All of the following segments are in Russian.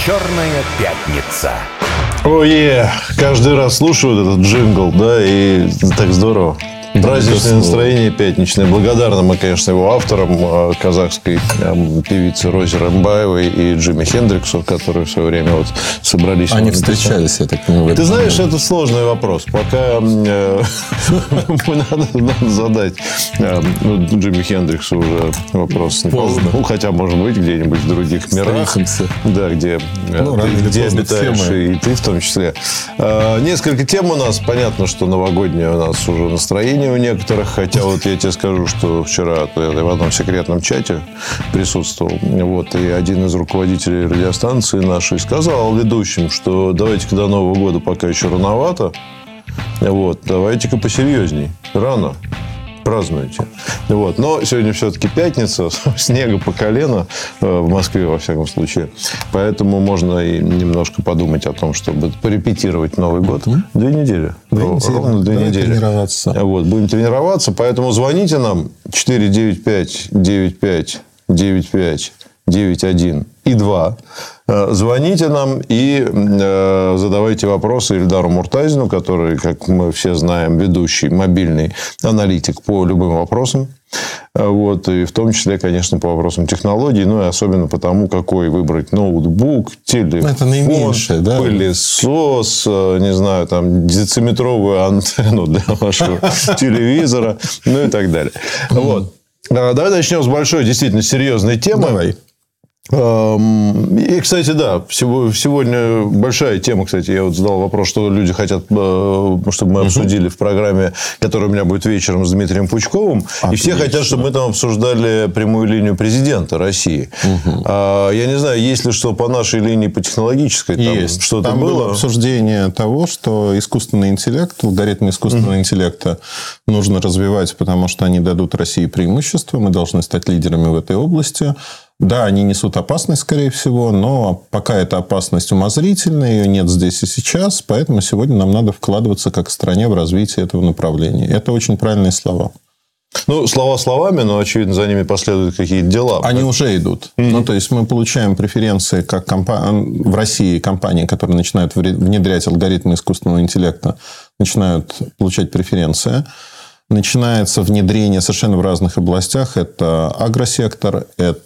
«Черная пятница». Ой, каждый раз слушаю этот джингл, да, и так здорово. Праздничное настроение пятничное. Благодарны мы, конечно, его авторам, казахской певице Розе Рымбаевой и Джимми Хендриксу, которые в свое время вот собрались. Они встречались, я так понимаю. Ты знаешь, это сложный вопрос. Пока надо задать Джимми Хендриксу уже вопрос. Ну, хотя, может быть, где-нибудь в других мирах. Да, где обитаешь и ты в том числе. Несколько тем у нас. Понятно, что новогоднее у нас уже настроение у некоторых, хотя вот я тебе скажу, что вчера я в одном секретном чате присутствовал, вот, и один из руководителей радиостанции нашей сказал ведущим, что давайте-ка до Нового года пока еще рановато, вот, давайте-ка посерьезней, рано празднуйте. Вот. Но сегодня все-таки пятница, снега по колено в Москве, во всяком случае. Поэтому можно и немножко подумать о том, чтобы порепетировать Новый год. 2 недели. Ровно 2 недели. Тренироваться. Вот. Будем тренироваться. Поэтому звоните нам 495-95-95-91 и 2. Звоните нам и задавайте вопросы Ильдару Муртазину, который, как мы все знаем, ведущий, мобильный аналитик по любым вопросам. Вот, и в том числе, конечно, по вопросам технологий, ну и особенно по тому, какой выбрать ноутбук, телефон, это наименьшее, да? Пылесос, не знаю, там, дециметровую антенну для вашего телевизора, ну и так далее. Вот. Давай начнем с большой, действительно серьезной темы. Давай. И, кстати, да, сегодня большая тема, кстати, я вот задал вопрос, что люди хотят, чтобы мы обсудили в программе, которая у меня будет вечером с Дмитрием Пучковым. Отлично. И все хотят, чтобы мы там обсуждали прямую линию президента России. Я не знаю, есть ли что по нашей линии, по технологической, там есть. Что-то там было обсуждение того, что искусственный интеллект, алгоритмы искусственного интеллекта нужно развивать, потому что они дадут России преимущество, мы должны стать лидерами в этой области. Да, они несут опасность, скорее всего, но пока эта опасность умозрительная, ее нет здесь и сейчас, поэтому сегодня нам надо вкладываться как стране в развитие этого направления. Это очень правильные слова. Ну, слова словами, но, очевидно, за ними последуют какие-то дела. Они уже идут. Ну, то есть, мы получаем преференции, как в России компании, которые начинают внедрять алгоритмы искусственного интеллекта, начинают получать преференции. Начинается внедрение совершенно в разных областях. Это агросектор,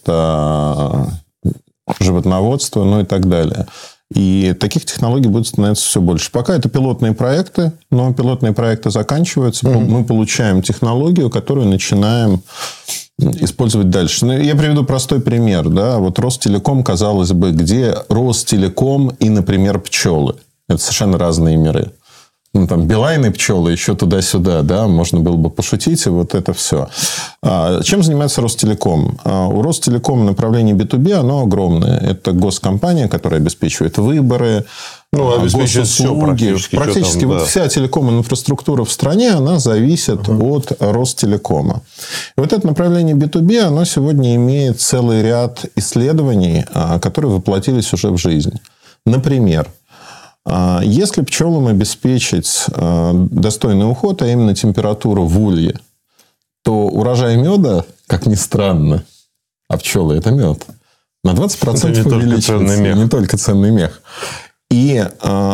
это животноводство, ну и так далее. И таких технологий будет становиться все больше. Пока это пилотные проекты, но пилотные проекты заканчиваются. Мы получаем технологию, которую начинаем использовать дальше. Ну, я приведу простой пример. Да? Вот Ростелеком, казалось бы, где Ростелеком и, например, пчелы. Это совершенно разные миры. Ну, там, Билайн и пчелы, еще туда-сюда, да, можно было бы пошутить, и вот это все. Чем занимается Ростелеком? У Ростелекома направление B2B, оно огромное. Это госкомпания, которая обеспечивает выборы, обеспечивает госуслуги. Все Практически вот вся телеком-инфраструктура в стране, она зависит от Ростелекома. И вот это направление B2B, оно сегодня имеет целый ряд исследований, которые воплотились уже в жизнь. Например, если пчелам обеспечить достойный уход, а именно температуру в улье, то урожай меда, как ни странно, а пчелы – это мед, на 20% увеличивается. Не только ценный мех. И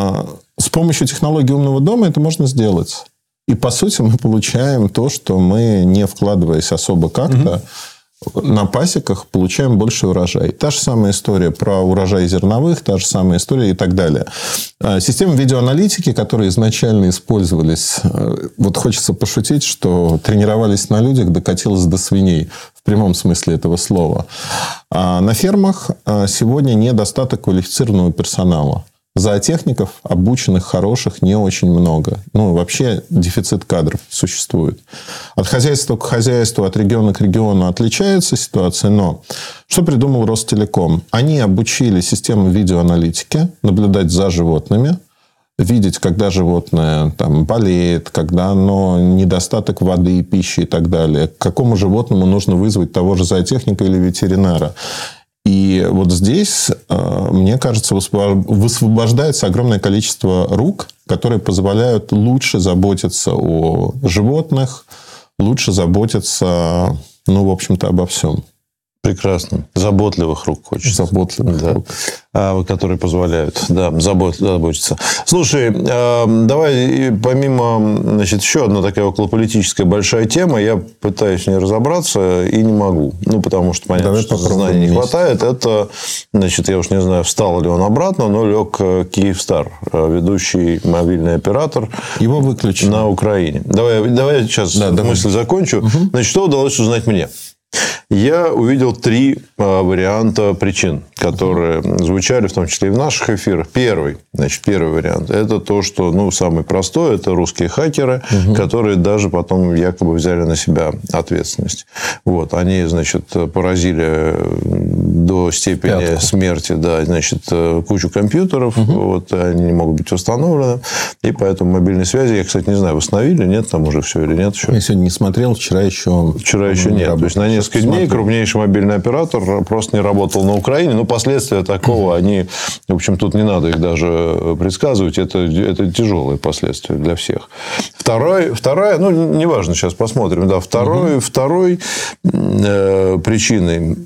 с помощью технологии умного дома это можно сделать. И, по сути, мы получаем то, что мы, не вкладываясь особо как-то, на пасеках получаем больше урожай. Та же самая история про урожай зерновых, та же самая история и так далее. Системы видеоаналитики, которые изначально использовались, вот хочется пошутить, что тренировались на людях, докатилось до свиней. В прямом смысле этого слова. На фермах сегодня недостаток квалифицированного персонала. Зоотехников, обученных, хороших, не очень много. Ну, вообще дефицит кадров существует. От хозяйства к хозяйству, от региона к региону отличается ситуация. Но что придумал Ростелеком? Они обучили систему видеоаналитики наблюдать за животными, видеть, когда животное там болеет, когда оно недостаток воды, пищи и так далее. К какому животному нужно вызвать того же зоотехника или ветеринара. И вот здесь, мне кажется, высвобождается огромное количество рук, которые позволяют лучше заботиться о животных, лучше заботиться, ну, в общем-то, обо всем. Прекрасно. Заботливых рук хочется. Заботливых рук. Которые позволяют заботиться. Слушай, давай помимо, значит, еще одна такая околополитическая большая тема. Я пытаюсь в ней разобраться и не могу. Потому что, понятно, что знаний не хватает. Это, значит, я уж не знаю, встал ли он обратно, но лег Киевстар, ведущий мобильный оператор. Его выключили. На Украине. Давай сейчас мысль закончу. Значит, что удалось узнать мне? Я увидел 3 варианта причин, которые звучали, в том числе и в наших эфирах. Первый вариант – это то, что самый простой – это русские хакеры, которые даже потом якобы взяли на себя ответственность. Вот, они, значит, поразили до степени смерти, кучу компьютеров, вот, они не могут быть восстановлены, и поэтому мобильной связи, я, кстати, не знаю, восстановили, нет там уже все или нет еще. Я сегодня не смотрел, вчера еще нет. То есть на несколько дней крупнейший мобильный оператор просто не работал на Украине. Но последствия такого, они, в общем, тут не надо их даже предсказывать. Это тяжелые последствия для всех. Вторая, неважно, сейчас посмотрим. Да, второй причиной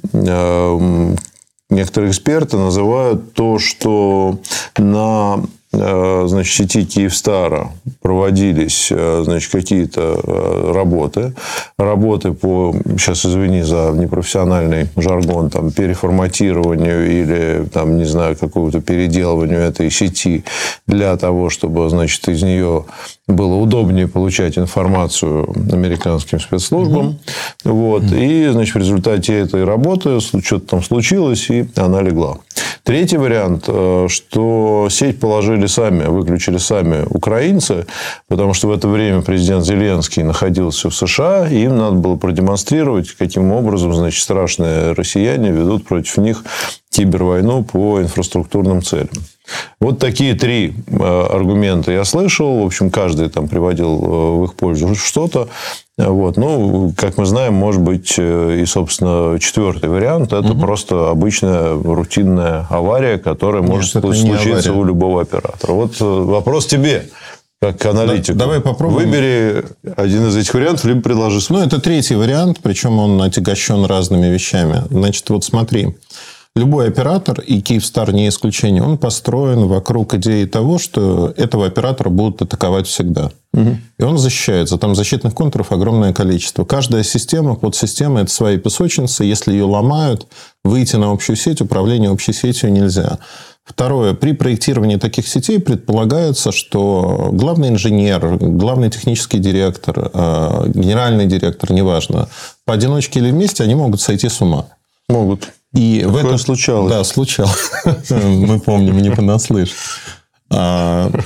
некоторые эксперты называют то, что на сети Киевстара проводились, какие-то работы по, сейчас извини за непрофессиональный жаргон, переформатированию или, не знаю, какому-то переделыванию этой сети для того, чтобы, из нее было удобнее получать информацию американским спецслужбам. Вот. И, в результате этой работы что-то там случилось, и она легла. Третий вариант, что сеть выключили сами украинцы, потому что в это время президент Зеленский находился в США, и им надо было продемонстрировать, каким образом, страшные россияне ведут против них кибервойну по инфраструктурным целям. Вот такие 3 аргумента я слышал. В общем, каждый там приводил в их пользу что-то. Вот. Как мы знаем, может быть, и, собственно, 4-й вариант – это просто обычная рутинная авария, которая может случиться у любого оператора. Вот вопрос тебе, как к аналитику. Давай попробуем. Выбери один из этих вариантов, либо предложи свой. Это 3-й вариант, причем он отягощен разными вещами. Значит, вот смотри. Любой оператор, и Киевстар не исключение, он построен вокруг идеи того, что этого оператора будут атаковать всегда. И он защищается. Там защитных контуров огромное количество. Каждая система, подсистема – это свои песочницы. Если ее ломают, выйти на общую сеть, управление общей сетью нельзя. Второе. При проектировании таких сетей предполагается, что главный инженер, главный технический директор, генеральный директор, неважно, поодиночке или вместе, они могут сойти с ума. Могут. И в этом случалось. Да, случалось. Мы помним, не понаслышке. Это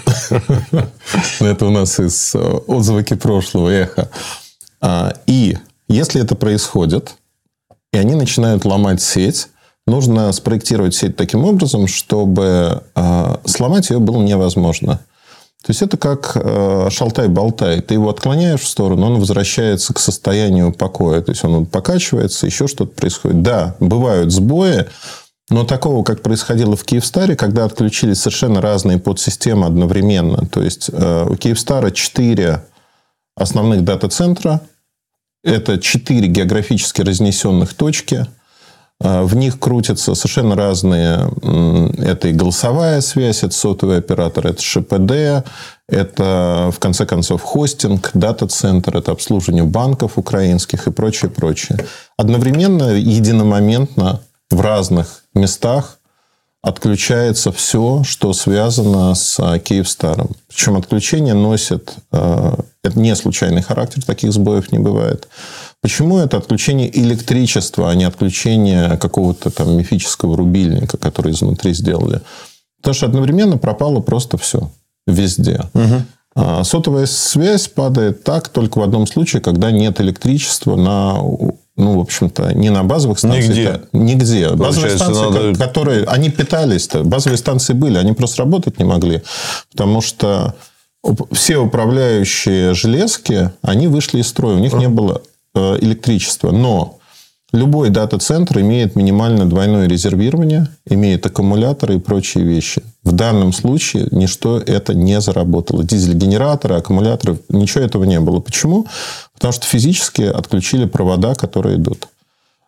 у нас из отзвуки прошлого, эхо. И если это происходит, и они начинают ломать сеть, нужно спроектировать сеть таким образом, чтобы сломать ее было невозможно. То есть, это как шалтай-болтай. Ты его отклоняешь в сторону, он возвращается к состоянию покоя. То есть, он покачивается, еще что-то происходит. Да, бывают сбои, но такого, как происходило в Киевстаре, когда отключились совершенно разные подсистемы одновременно. То есть, у Киевстара 4 основных дата-центра. Это 4 географически разнесенных точки. В них крутятся совершенно разные... Это и голосовая связь, это сотовый оператор, это ШПД, это, в конце концов, хостинг, дата-центр, это обслуживание банков украинских и прочее, прочее. Одновременно, единомоментно в разных местах отключается все, что связано с Киевстаром. Причем отключение носит... Это не случайный характер, таких сбоев не бывает. Почему это отключение электричества, а не отключение какого-то там мифического рубильника, который изнутри сделали? Потому что одновременно пропало просто все. Везде. Сотовая связь падает так только в одном случае, когда нет электричества на... в общем-то, не на базовых станциях. Нигде. Базовые станции, которые... Они питались-то. Базовые станции были. Они просто работать не могли. Потому что все управляющие железки, они вышли из строя. У них не было электричества. Но любой дата-центр имеет минимально двойное резервирование, имеет аккумуляторы и прочие вещи. В данном случае ничто это не заработало. Дизель-генераторы, аккумуляторы, ничего этого не было. Почему? Потому что физически отключили провода, которые идут.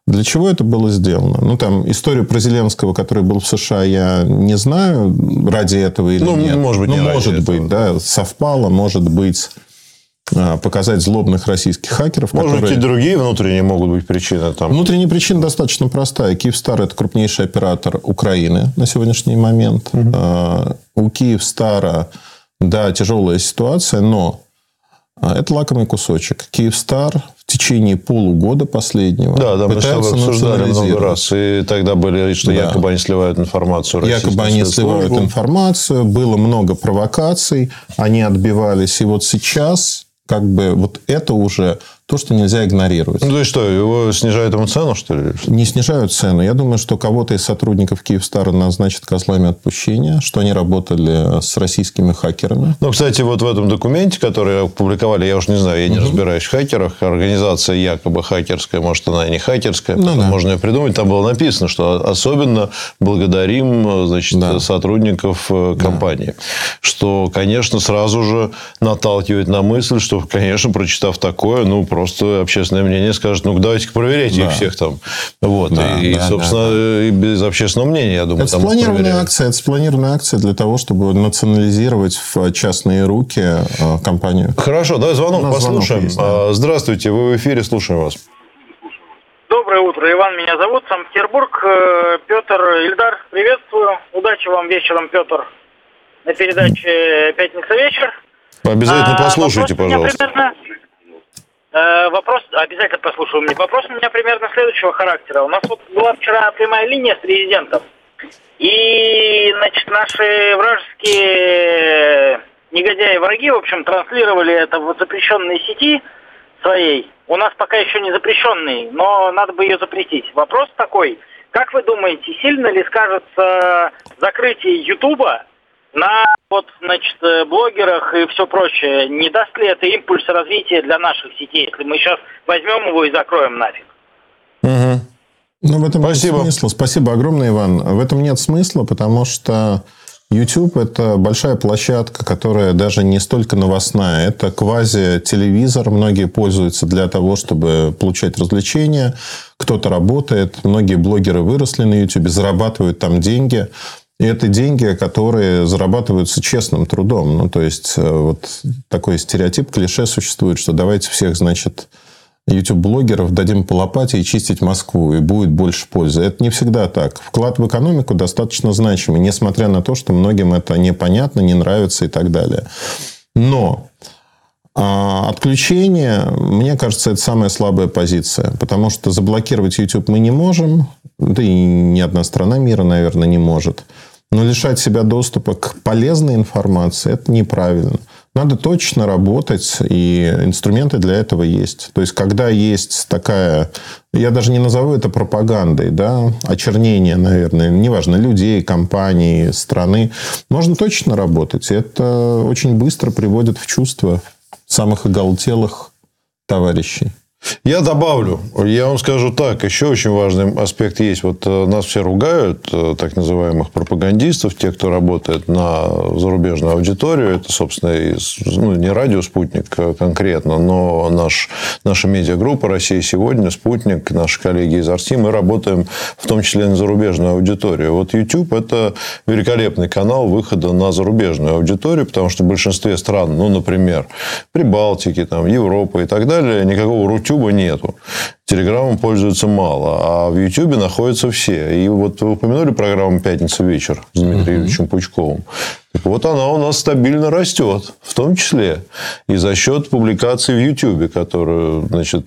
Для чего это было сделано? Ну, там, историю про Зеленского, который был в США, я не знаю, ради этого или нет. Может быть, может быть, да, совпало, может быть, показать злобных российских хакеров. Может быть, и другие внутренние могут быть причины. Там. Внутренняя причина достаточно простая. Киевстар – это крупнейший оператор Украины на сегодняшний момент. У Киевстара, да, тяжелая ситуация, но это лакомый кусочек. Киевстар в течение полугода последнего пытается обсуждали много раз. И тогда были, что якобы они сливают информацию. Якобы они сливают информацию. Было много провокаций. Они отбивались. И вот сейчас как бы вот это уже то, что нельзя игнорировать. Ну, то есть, что, его снижают ему цену, что ли? Не снижают цену. Я думаю, что кого-то из сотрудников Киевстара назначат козлами отпущения, что они работали с российскими хакерами. Ну, кстати, вот в этом документе, который опубликовали, я уж не знаю, я не разбираюсь в хакерах, организация якобы хакерская, может, она и не хакерская, можно ее придумать. Там было написано, что особенно благодарим, значит, сотрудников компании. Что, конечно, сразу же наталкивает на мысль, что, конечно, прочитав такое, ну, просто общественное мнение скажет, ну, давайте-ка проверяйте их всех там. Вот. Собственно, и без общественного мнения, я думаю, это спланированная акция. Это спланированная акция для того, чтобы национализировать в частные руки компанию. Хорошо, давай звонок послушаем. Здравствуйте, вы в эфире, слушаем вас. Доброе утро, Иван меня зовут, Санкт-Петербург. Петр, Ильдар, приветствую. Удачи вам вечером, Петр, на передаче «Пятница вечер». Обязательно послушайте, пожалуйста. Вопрос, обязательно послушаю. Вопрос у меня примерно следующего характера. У нас вот была вчера прямая линия с президентом. И, значит, наши вражеские негодяи-враги, в общем, транслировали это в запрещенной сети своей. У нас пока еще не запрещенный, но надо бы ее запретить. Вопрос такой. Как вы думаете, сильно ли скажется закрытие Ютуба на вот, значит, блогерах и все прочее? Не даст ли это импульс развития для наших сетей, если мы сейчас возьмем его и закроем нафиг? Ну, в этом нет смысла. Спасибо огромное, Иван. В этом нет смысла, потому что YouTube – это большая площадка, которая даже не столько новостная. Это квази-телевизор. Многие пользуются для того, чтобы получать развлечения. Кто-то работает. Многие блогеры выросли на YouTube, зарабатывают там деньги. И это деньги, которые зарабатываются честным трудом. Ну, то есть, вот такой стереотип, клише существует, что давайте всех, значит, YouTube-блогеров дадим по лопате и чистить Москву, и будет больше пользы. Это не всегда так. Вклад в экономику достаточно значимый, несмотря на то, что многим это непонятно, не нравится и так далее. Но отключение, мне кажется, это самая слабая позиция. Потому что заблокировать YouTube мы не можем. Да и ни одна страна мира, наверное, не может. Но лишать себя доступа к полезной информации – это неправильно. Надо точно работать, и инструменты для этого есть. То есть, когда есть такая... Я даже не назову это пропагандой, да, очернение, наверное, неважно, людей, компаний, страны. Можно точно работать. И это очень быстро приводит в чувство самых оголтелых товарищей. Я добавлю. Я вам скажу так. Еще очень важный аспект есть. Вот нас все ругают, так называемых пропагандистов, те, кто работает на зарубежную аудиторию. Это, собственно, не радио «Спутник» конкретно, но наша медиагруппа «Россия сегодня», «Спутник», наши коллеги из Арти, мы работаем в том числе на зарубежную аудиторию. Вот YouTube – это великолепный канал выхода на зарубежную аудиторию, потому что в большинстве стран, ну, например, Прибалтики, там, Европы и так далее, никакого рутюба нету. Телеграммом пользуются мало, а в Ютьюбе находятся все. И вот вы упомянули программу «Пятница вечер» с Дмитрием Юрьевичем Пучковым. Так вот, она у нас стабильно растет, в том числе и за счет публикаций в Ютьюбе, которые, значит,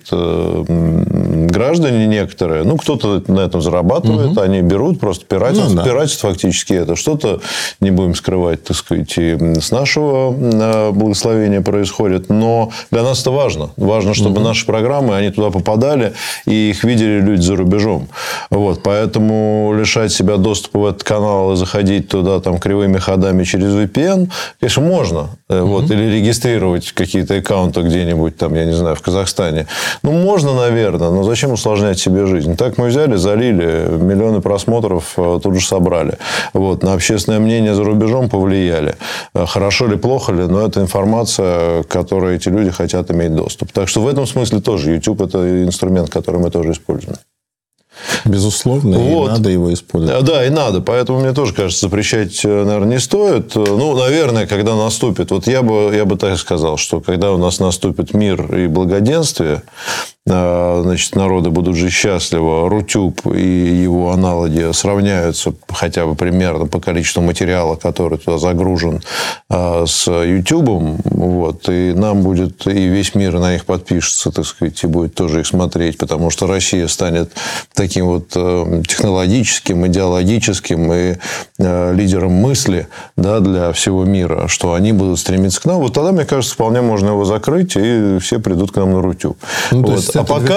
граждане некоторые, ну, кто-то на этом зарабатывает, они берут, просто пиратят фактически это. Что-то, не будем скрывать, так сказать, и с нашего благословения происходит. Но для нас это важно. Важно, чтобы наши программы, они туда попадали, и их видели люди за рубежом. Вот. Поэтому лишать себя доступа в этот канал и заходить туда там кривыми ходами через VPN, конечно, можно. Вот. Или регистрировать какие-то аккаунты где-нибудь там, я не знаю, в Казахстане. Ну, можно, наверное, но зачем усложнять себе жизнь? Так мы взяли, залили, миллионы просмотров тут же собрали. Вот. На общественное мнение за рубежом повлияли. Хорошо ли, плохо ли, но это информация, к которой эти люди хотят иметь доступ. Так что в этом смысле тоже YouTube – это инструмент, который мы тоже используем. Безусловно, вот. И надо его использовать. Да, и надо. Поэтому, мне тоже кажется, запрещать, наверное, не стоит. Ну, наверное, когда наступит... Вот я бы так сказал, что когда у нас наступит мир и благоденствие, значит, народы будут жить счастливо, Рутюб и его аналоги сравняются хотя бы примерно по количеству материала, который туда загружен с Ютубом, вот, и нам будет, и весь мир на них подпишется, так сказать, и будет тоже их смотреть, потому что Россия станет таким вот технологическим, идеологическим и лидером мысли, да, для всего мира, что они будут стремиться к нам. Вот тогда, мне кажется, вполне можно его закрыть, и все придут к нам на Рутюб. Ну, вот. А пока...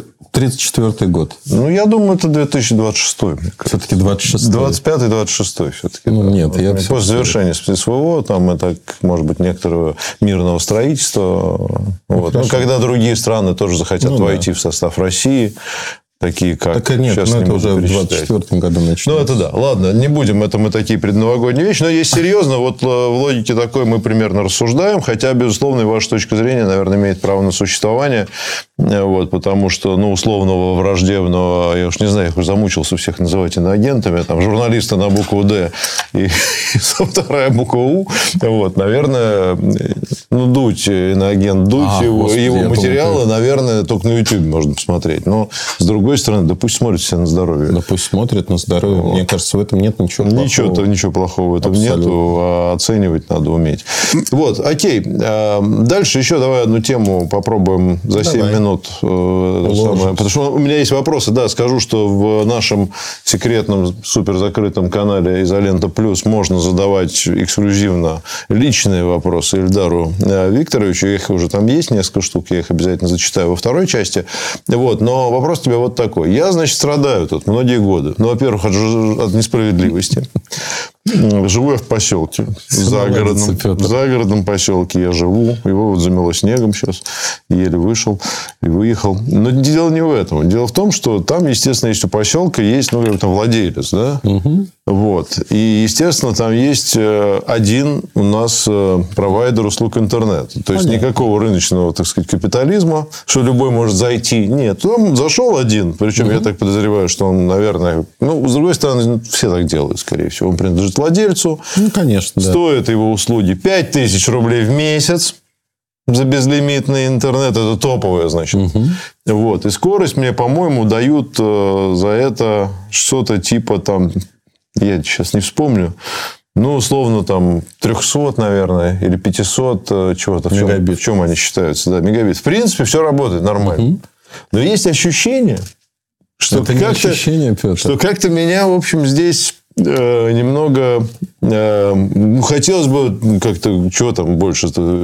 2034 год. Ну, я думаю, это 2026. Все-таки 26. 25-й, 26 все-таки. Ну, нет, я... После завершения СВО, там, это, может быть, некоторого мирного строительства. Вот. Ну, когда другие страны тоже захотят войти в состав России, такие как... Так нет, сейчас это уже в 2024 году начнется. Ну, это да. Ладно, не будем. Это мы такие предновогодние вещи. Но есть серьезно. Вот в логике такой мы примерно рассуждаем. Хотя, безусловно, и ваша точка зрения, наверное, имеет право на существование. Вот, потому что, ну, условного, враждебного... Я уж не знаю, я уже замучился всех называть иноагентами. Там, журналиста на букву «Д» и вторая буква «У». Вот, наверное, ну, Дудь, иноагент Дудь, его материалы, наверное, только на YouTube можно посмотреть. Но, с другой стороны, да пусть смотрят все на здоровье. Да пусть смотрят на здоровье. Вот. Мне кажется, в этом нет ничего плохого. Ничего плохого в этом нету, а оценивать надо уметь. Вот, окей. Дальше еще давай одну тему попробуем за 7 минут. Потому что у меня есть вопросы. Да, скажу, что в нашем секретном суперзакрытом канале «Изолента Плюс» можно задавать эксклюзивно личные вопросы Ильдару Викторовичу. Их уже там есть несколько штук. Я их обязательно зачитаю во второй части. Вот. Но вопрос тебе вот такой. Я, значит, страдаю тут многие годы. Ну, во-первых, от несправедливости. Живу я в поселке. В загородном поселке я живу. Его вот замело снегом сейчас. Еле вышел и выехал. Но дело не в этом. Дело в том, что там, естественно, есть у поселка есть, ну, там владелец, да? Угу. Вот. И, естественно, там есть один у нас провайдер услуг интернета. То есть, никакого рыночного, так сказать, капитализма, что любой может зайти. Нет. Там зашел один. Причем, я так подозреваю, что он, наверное... Ну, с другой стороны, все так делают, скорее всего. Он принадлежит владельцу. Ну, конечно, да. Стоят его услуги 5000 рублей в месяц. За безлимитный интернет. Это топовое, значит. Вот. И скорость мне, по-моему, дают за это что-то типа там... Я сейчас не вспомню. Ну, условно, там 300, наверное, или 500 чего-то. В чем они считаются? Да, мегабит. В принципе, все работает нормально. Но есть ощущение, что как-то меня, в общем, здесь... немного хотелось бы как-то чего там больше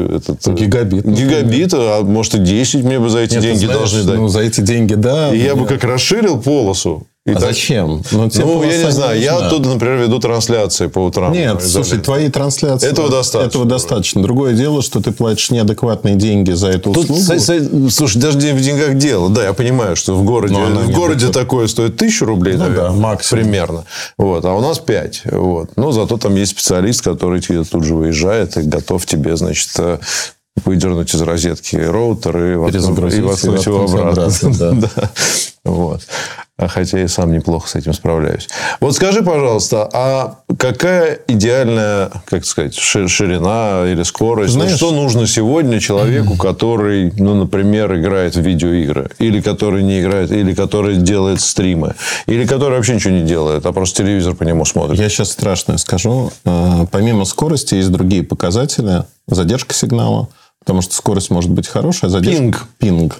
гигабита, а может и 10 мне бы за эти деньги должны дать. Ну, за эти деньги, да. И я бы как расширил полосу. Зачем? Ну, я не знаю. Я оттуда, например, веду трансляции по утрам. Нет, слушай, твои трансляции... Этого достаточно. Другое дело, что ты платишь неадекватные деньги за эту услугу. Слушай, даже в деньгах дело. Да, я понимаю, что в городе такое стоит 1000 рублей, наверное. Максимум. Примерно. Вот, а у нас 5. Вот. Но зато там есть специалист, который тут же выезжает и готов тебе, значит... выдернуть из розетки роутер и воткнуть его обратно. Да. Вот. Хотя я сам неплохо с этим справляюсь. Вот скажи, пожалуйста, а какая идеальная, как сказать, ширина или скорость? Знаешь, что нужно сегодня человеку, который, ну, например, играет в видеоигры, или который не играет, или который делает стримы, или который вообще ничего не делает, а просто телевизор по нему смотрит? Я сейчас страшное скажу. Помимо скорости есть другие показатели. Задержка сигнала. Потому что скорость может быть хорошая. Пинг.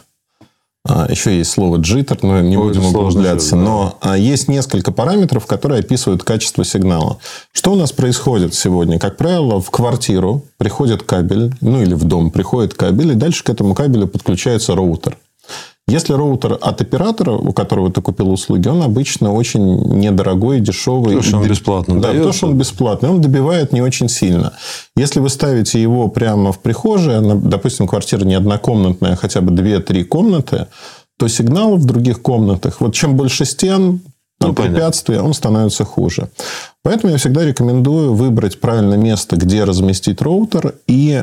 Еще есть слово джиттер, но не будем углубляться. Но есть несколько параметров, которые описывают качество сигнала. Что у нас происходит сегодня? Как правило, в квартиру приходит кабель, ну или в дом приходит кабель, и дальше к этому кабелю подключается роутер. Если роутер от оператора, у которого ты купил услуги, он обычно очень недорогой, дешевый. Потому что он бесплатно дает. Потому что он бесплатный. Он добивает не очень сильно. Если вы ставите его прямо в прихожей, допустим, квартира не однокомнатная, а хотя бы 2-3 комнаты, то сигнал в других комнатах, вот чем больше стен, препятствия, он становится хуже. Поэтому я всегда рекомендую выбрать правильное место, где разместить роутер, и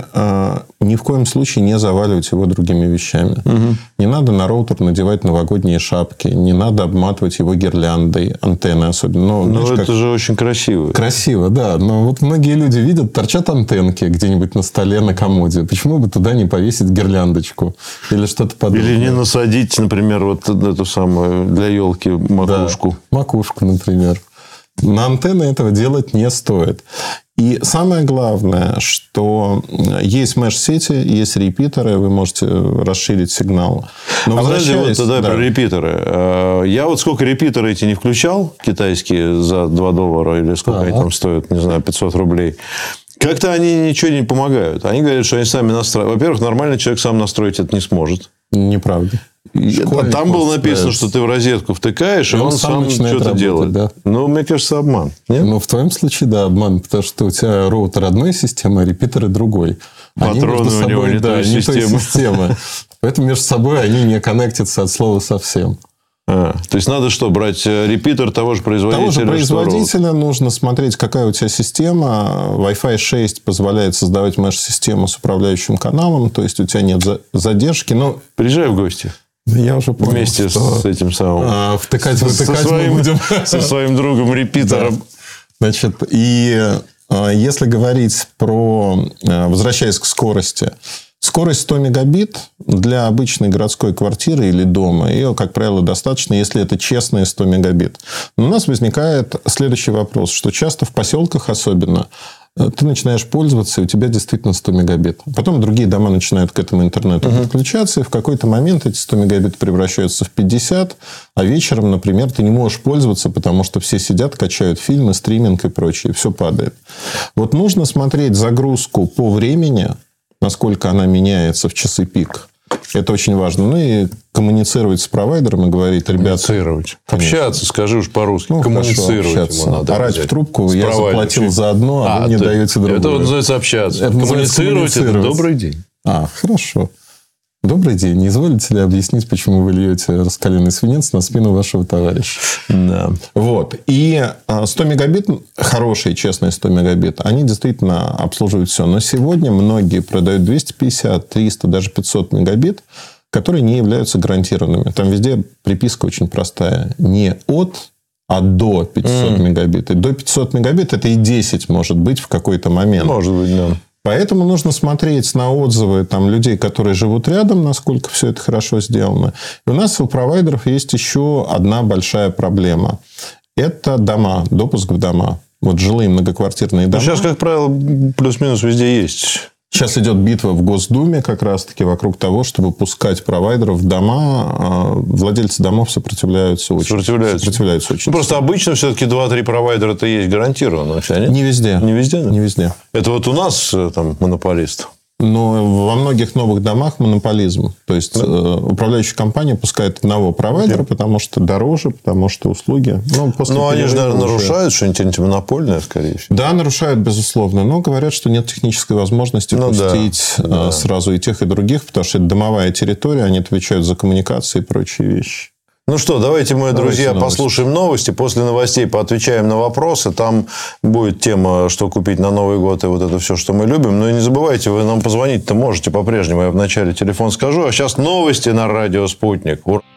ни в коем случае не заваливать его другими вещами. Не надо на роутер надевать новогодние шапки, не надо обматывать его гирляндой, антенны особенно. Но это же очень красиво. Красиво, да. Но вот многие люди видят, торчат антенки где-нибудь на столе, на комоде. Почему бы туда не повесить гирляндочку? Или что-то подобное? Или не насадить, например, вот эту самую для елки макушку. Да, макушку, например. На антенны этого делать не стоит. И самое главное, что есть меш-сети, есть репитеры, вы можете расширить сигнал. Но вот тогда про репитеры. Я вот сколько репитеры эти не включал, китайские, за $2 или сколько они там стоят, не знаю, 500 рублей. Как-то они ничего не помогают. Они говорят, что они сами настраивают. Во-первых, нормальный человек сам настроить это не сможет. Неправда. Там было написано, что ты в розетку втыкаешь, и он сам что-то делает. Да? Ну, мне кажется, обман. Нет? Ну, в твоем случае, да, обман. Потому что у тебя роутер одной системы, а репитеры другой. Патроны у него не той системы. Поэтому между собой они не коннектятся от слова совсем. То есть, надо что, брать репитер того же производителя? Того же производителя нужно смотреть, какая у тебя система. Wi-Fi 6 позволяет создавать меш-систему с управляющим каналом. То есть, у тебя нет задержки. Но... Приезжай в гости. Я уже понял, вместе с этим самым. Втыкать мы будем. Со своим другом репитером. Да. Значит, и если говорить про... Возвращаясь к скорости. Скорость 100 мегабит для обычной городской квартиры или дома, ее, как правило, достаточно, если это честные 100 мегабит. Но у нас возникает следующий вопрос, что часто в поселках особенно ты начинаешь пользоваться, и у тебя действительно 100 мегабит. Потом другие дома начинают к этому интернету подключаться, и в какой-то момент эти 100 мегабит превращаются в 50, а вечером, например, ты не можешь пользоваться, потому что все сидят, качают фильмы, стриминг и прочее, все падает. Вот нужно смотреть загрузку по времени, насколько она меняется в часы пик. Это очень важно. Ну, и коммуницировать с провайдером и говорить, ребята... Коммуницировать. Общаться, скажи уж по-русски. Ну, коммуницировать ему надо. Орать в трубку, я заплатил за одно, а вы мне даете другое. Это называется общаться. Коммуницировать – это добрый день. Хорошо. Добрый день. Не изволите ли объяснить, почему вы льете раскаленный свинец на спину вашего товарища? Да. Вот. И 100 мегабит, хорошие, честные 100 мегабит, они действительно обслуживают все. Но сегодня многие продают 250, 300, даже 500 мегабит, которые не являются гарантированными. Там везде приписка очень простая. Не от, а до 500 мегабит. И до 500 мегабит это и 10 может быть в какой-то момент. Может быть, да. Поэтому нужно смотреть на отзывы там, людей, которые живут рядом, насколько все это хорошо сделано. И у нас у провайдеров есть еще одна большая проблема. Это дома, допуск в дома. Вот жилые многоквартирные дома. Сейчас, как правило, плюс-минус везде есть. Сейчас идет битва в Госдуме как раз-таки вокруг того, чтобы пускать провайдеров в дома. Владельцы домов сопротивляются очень. Сопротивляются очень. Просто обычно все-таки 2-3 провайдера-то есть гарантированно. Не везде. Не везде? Да? Не везде. Это вот у нас там монополист. Но во многих новых домах монополизм. То есть, управляющая компания пускает одного провайдера, потому что дороже, потому что услуги... Но они же, наверное, нарушают что-нибудь антимонопольное, скорее всего. Да, нарушают, безусловно. Но говорят, что нет технической возможности пустить сразу и тех, и других, потому что это домовая территория, они отвечают за коммуникации и прочие вещи. Ну что, давайте мы, друзья, послушаем новости. После новостей поотвечаем на вопросы. Там будет тема, что купить на Новый год и вот это все, что мы любим. Но и не забывайте, вы нам позвонить-то можете по-прежнему. Я вначале телефон скажу. А сейчас новости на радио «Спутник».